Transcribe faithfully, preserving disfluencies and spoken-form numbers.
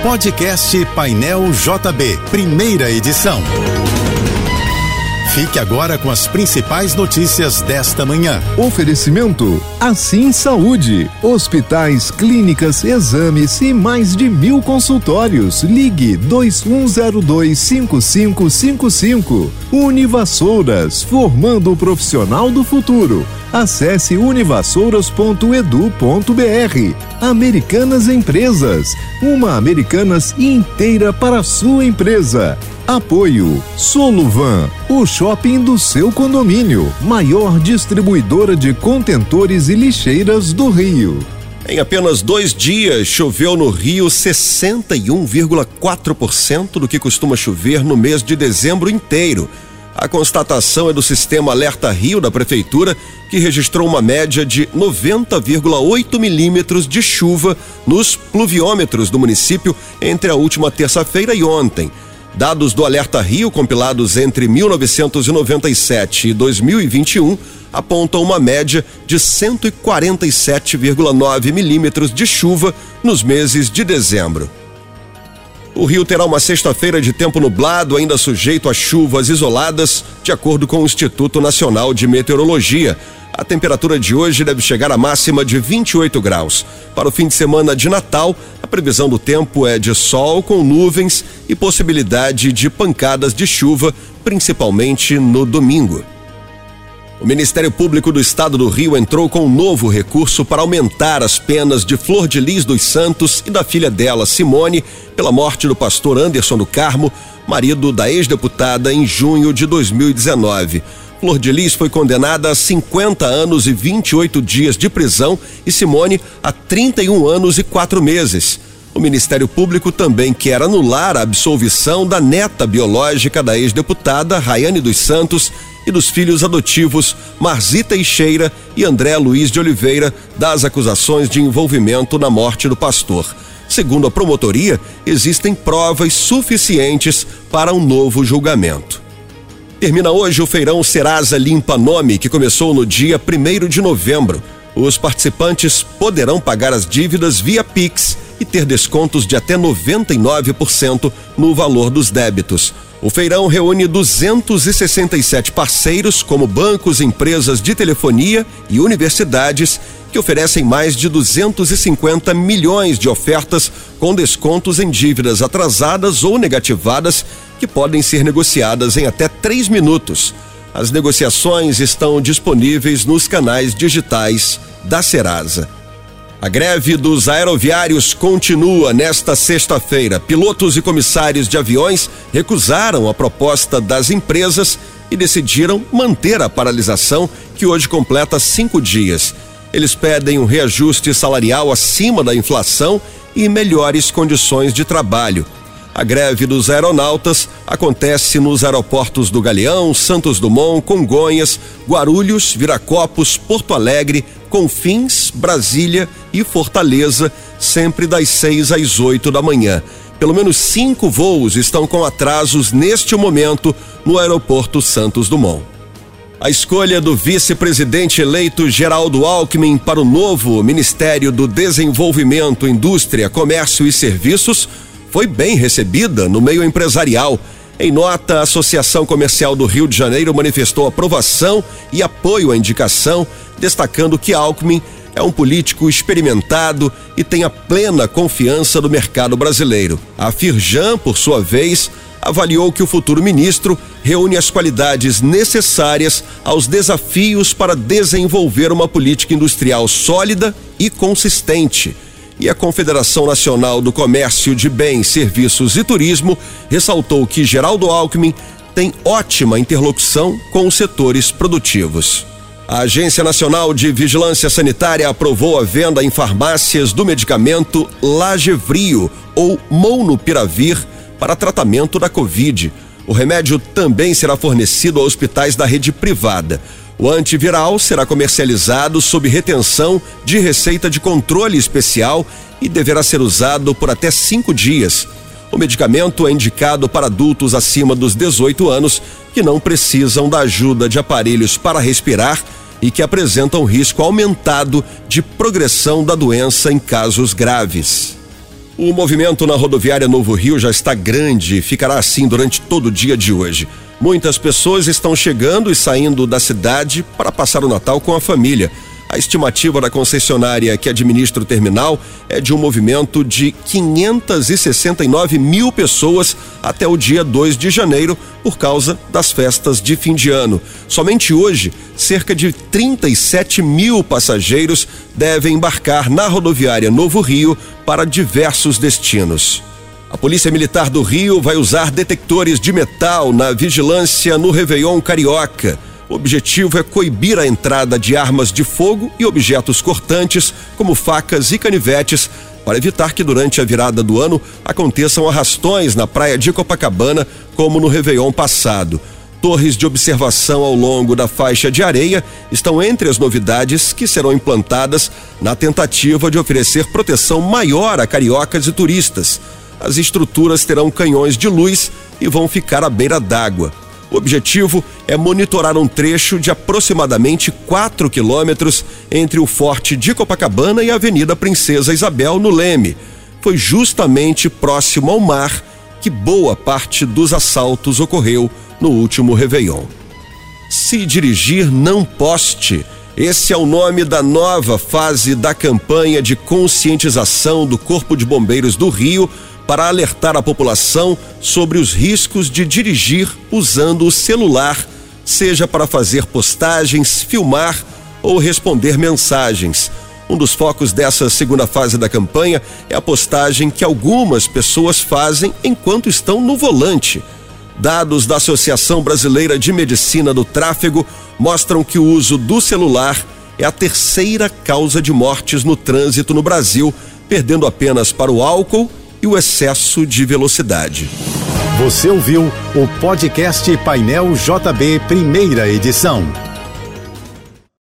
Podcast Painel J B, primeira edição. Fique agora com as principais notícias desta manhã. Oferecimento Assim Saúde, hospitais, clínicas, exames e mais de mil consultórios. Ligue dois um zero dois, cinco cinco cinco cinco. Univassouras, formando o profissional do futuro. Acesse univassouras ponto edu ponto br. Americanas Empresas, uma Americanas inteira para a sua empresa. Apoio Soluvan, o shopping do seu condomínio, maior distribuidora de contentores e lixeiras do Rio. Em apenas dois dias, choveu no Rio sessenta e um vírgula quatro por cento do que costuma chover no mês de dezembro inteiro. A constatação é do Sistema Alerta Rio da Prefeitura, que registrou uma média de noventa vírgula oito milímetros de chuva nos pluviômetros do município entre a última terça-feira e ontem. Dados do Alerta Rio, compilados entre mil novecentos e noventa e sete e dois mil e vinte e um, apontam uma média de cento e quarenta e sete vírgula nove milímetros de chuva nos meses de dezembro. O Rio terá uma sexta-feira de tempo nublado, ainda sujeito a chuvas isoladas, de acordo com o Instituto Nacional de Meteorologia. A temperatura de hoje deve chegar à máxima de vinte e oito graus. Para o fim de semana de Natal, a previsão do tempo é de sol com nuvens e possibilidade de pancadas de chuva, principalmente no domingo. O Ministério Público do Estado do Rio entrou com um novo recurso para aumentar as penas de Flor de Lis dos Santos e da filha dela, Simone, pela morte do pastor Anderson do Carmo, marido da ex-deputada, em junho de dois mil e dezenove. Flor de Lis foi condenada a cinquenta anos e vinte e oito dias de prisão e Simone a trinta e um anos e quatro meses. O Ministério Público também quer anular a absolvição da neta biológica da ex-deputada Raiane dos Santos e dos filhos adotivos Marzi Teixeira e André Luiz de Oliveira das acusações de envolvimento na morte do pastor. Segundo a promotoria, existem provas suficientes para um novo julgamento. Termina hoje o feirão Serasa Limpa Nome, que começou no dia primeiro de novembro. Os participantes poderão pagar as dívidas via Pix e ter descontos de até noventa e nove por cento no valor dos débitos. O feirão reúne duzentos e sessenta e sete parceiros, como bancos, empresas de telefonia e universidades, que oferecem mais de duzentos e cinquenta milhões de ofertas com descontos em dívidas atrasadas ou negativadas, que podem ser negociadas em até três minutos. As negociações estão disponíveis nos canais digitais da Serasa. A greve dos aeroviários continua nesta sexta-feira. Pilotos e comissários de aviões recusaram a proposta das empresas e decidiram manter a paralisação, que hoje completa cinco dias. Eles pedem um reajuste salarial acima da inflação e melhores condições de trabalho. A greve dos aeronautas acontece nos aeroportos do Galeão, Santos Dumont, Congonhas, Guarulhos, Viracopos, Porto Alegre, Confins, Brasília e Fortaleza, sempre das seis às oito da manhã. Pelo menos cinco voos estão com atrasos neste momento no aeroporto Santos Dumont. A escolha do vice-presidente eleito Geraldo Alckmin para o novo Ministério do Desenvolvimento, Indústria, Comércio e Serviços foi bem recebida no meio empresarial. Em nota, a Associação Comercial do Rio de Janeiro manifestou aprovação e apoio à indicação, destacando que Alckmin é um político experimentado e tem a plena confiança do mercado brasileiro. A Firjan, por sua vez, avaliou que o futuro ministro reúne as qualidades necessárias aos desafios para desenvolver uma política industrial sólida e consistente. E a Confederação Nacional do Comércio de Bens, Serviços e Turismo ressaltou que Geraldo Alckmin tem ótima interlocução com os setores produtivos. A Agência Nacional de Vigilância Sanitária aprovou a venda em farmácias do medicamento Lagevrio ou Molnupiravir para tratamento da Covid. O remédio também será fornecido a hospitais da rede privada. O antiviral será comercializado sob retenção de receita de controle especial e deverá ser usado por até cinco dias. O medicamento é indicado para adultos acima dos dezoito anos que não precisam da ajuda de aparelhos para respirar e que apresentam risco aumentado de progressão da doença em casos graves. O movimento na rodoviária Novo Rio já está grande e ficará assim durante todo o dia de hoje. Muitas pessoas estão chegando e saindo da cidade para passar o Natal com a família. A estimativa da concessionária que administra o terminal é de um movimento de quinhentas e sessenta e nove mil pessoas até o dia dois de janeiro, por causa das festas de fim de ano. Somente hoje, cerca de trinta e sete mil passageiros devem embarcar na rodoviária Novo Rio para diversos destinos. A Polícia Militar do Rio vai usar detectores de metal na vigilância no Réveillon Carioca. O objetivo é coibir a entrada de armas de fogo e objetos cortantes, como facas e canivetes, para evitar que durante a virada do ano aconteçam arrastões na praia de Copacabana, como no Réveillon passado. Torres de observação ao longo da faixa de areia estão entre as novidades que serão implantadas na tentativa de oferecer proteção maior a cariocas e turistas. As estruturas terão canhões de luz e vão ficar à beira d'água. O objetivo é monitorar um trecho de aproximadamente quatro quilômetros entre o Forte de Copacabana e a Avenida Princesa Isabel, no Leme. Foi justamente próximo ao mar que boa parte dos assaltos ocorreu no último Réveillon. Se dirigir, não poste. Esse é o nome da nova fase da campanha de conscientização do Corpo de Bombeiros do Rio para alertar a população sobre os riscos de dirigir usando o celular, seja para fazer postagens, filmar ou responder mensagens. Um dos focos dessa segunda fase da campanha é a postagem que algumas pessoas fazem enquanto estão no volante. Dados da Associação Brasileira de Medicina do Tráfego mostram que o uso do celular é a terceira causa de mortes no trânsito no Brasil, perdendo apenas para o álcool e o excesso de velocidade. Você ouviu o podcast Painel J B, primeira edição.